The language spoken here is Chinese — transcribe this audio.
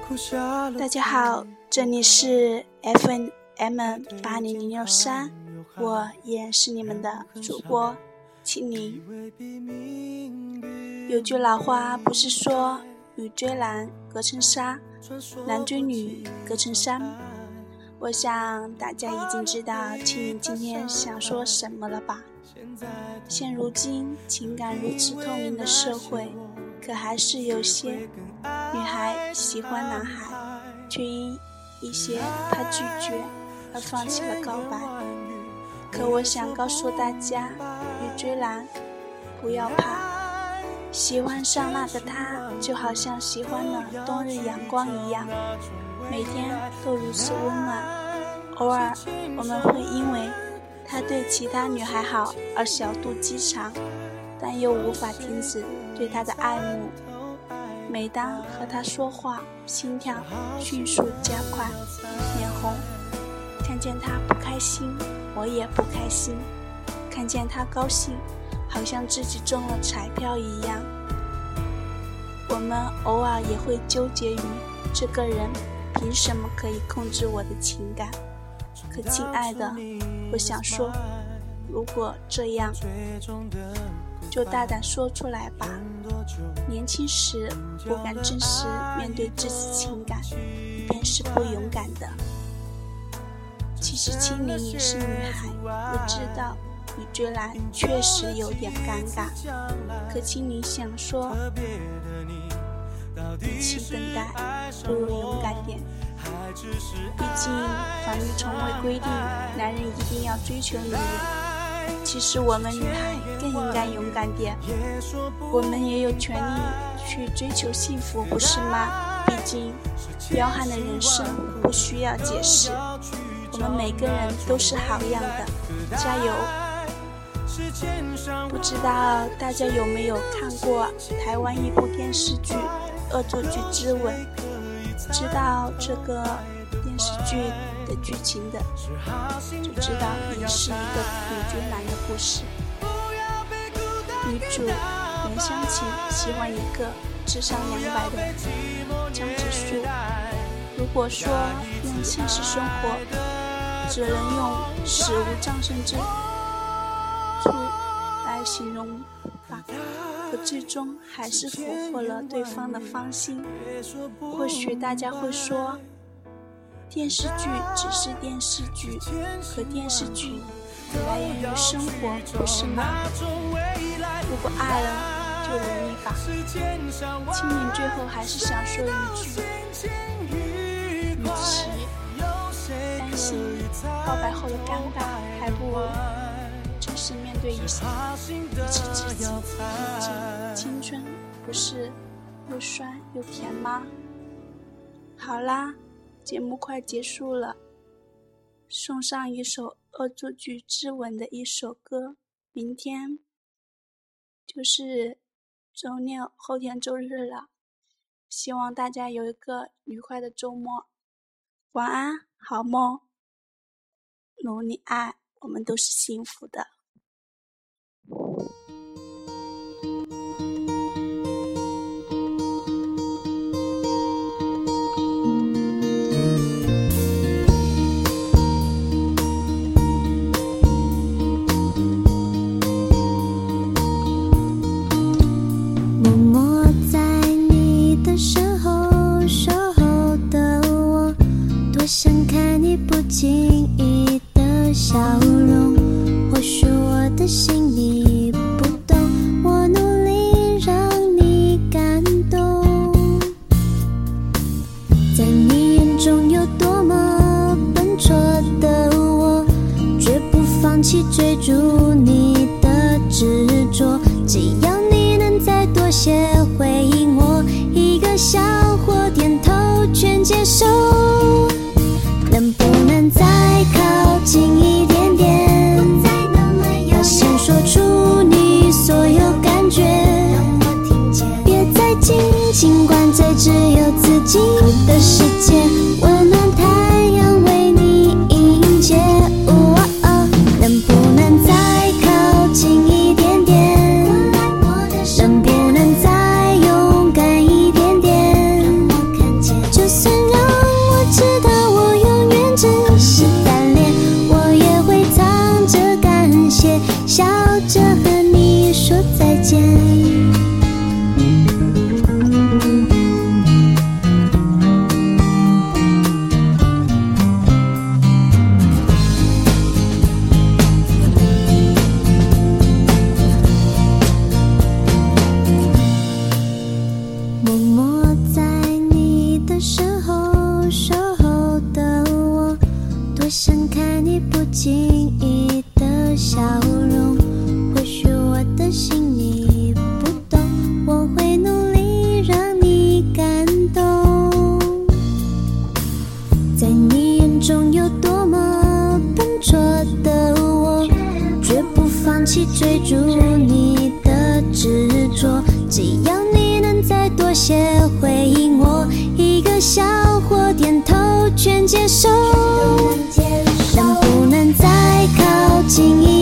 大家好，这里是 FM 80063，我依然是你们的主播青柠。有句老话不是说女追男隔层纱，男追女隔层山。我想大家已经知道青柠今天想说什么了吧。现如今情感如此透明的社会，可还是有些女孩喜欢男孩，却因一些怕拒绝而放弃了告白。可我想告诉大家，女追男不要怕，喜欢上那个他，就好像喜欢了冬日阳光一样，每天都如此温暖。偶尔我们会因为他对其他女孩好而小肚鸡肠，但又无法停止对他的爱慕。每当和他说话，心跳迅速加快，脸红。看见他不开心，我也不开心；看见他高兴，好像自己中了彩票一样。我们偶尔也会纠结于这个人凭什么可以控制我的情感。可亲爱的，我想说，如果这样，就大胆说出来吧。年轻时不敢真实面对自己情感，便是不勇敢的。其实青柠也是女孩，我知道女追男确实有点尴尬，可青柠想说，与其等待，不如勇敢点。毕竟法律从未规定男人一定要追求女人，其实我们女孩更应该勇敢点，我们也有权利去追求幸福，不是吗？毕竟彪悍的人生不需要解释，我们每个人都是好样的，加油！不知道大家有没有看过台湾一部电视剧《恶作剧之吻》？知道这个电视剧的剧情的，就知道也是一个女追男的故事。女主袁湘琴喜欢一个智商200的江直树。如果说用现实生活，只能用死无葬身之处来形容吧，可最终还是俘获了对方的芳心。或许大家会说，电视剧只是电视剧，可电视剧来源于生活，不是吗？如果爱了，就容易吧。青柠最后还是想说一句，与其担心告白后的尴尬，还不如正式面对一次自己。青春不是又酸又甜吗？好啦，节目快结束了，送上一首《恶作剧之吻》的一首歌。明天就是周六，后天周日了，希望大家有一个愉快的周末。晚安，好梦，努力爱，我们都是幸福的。 想看你不经意的笑容，或许我的心你不懂，我努力让你感动。在你眼中有多么笨拙的我，绝不放弃追逐你的执着。只要你能再多些回应我，一个笑或点头全接受。能不能再靠近一点点，要先说出你所有感觉，别再紧紧灌醉只有自己的世界，温暖太阳为你迎接。能不能再靠近一点点，能不能再勇敢一点点，就算默默在你的身后守候的我，多想看你不经意的笑容。或许我的心你不懂，我会努力让你感动。在你眼中有多么笨拙的我，绝不放弃追逐你的执着。只要你能再多些回应我，一个笑或点头全接受。能不能再靠近一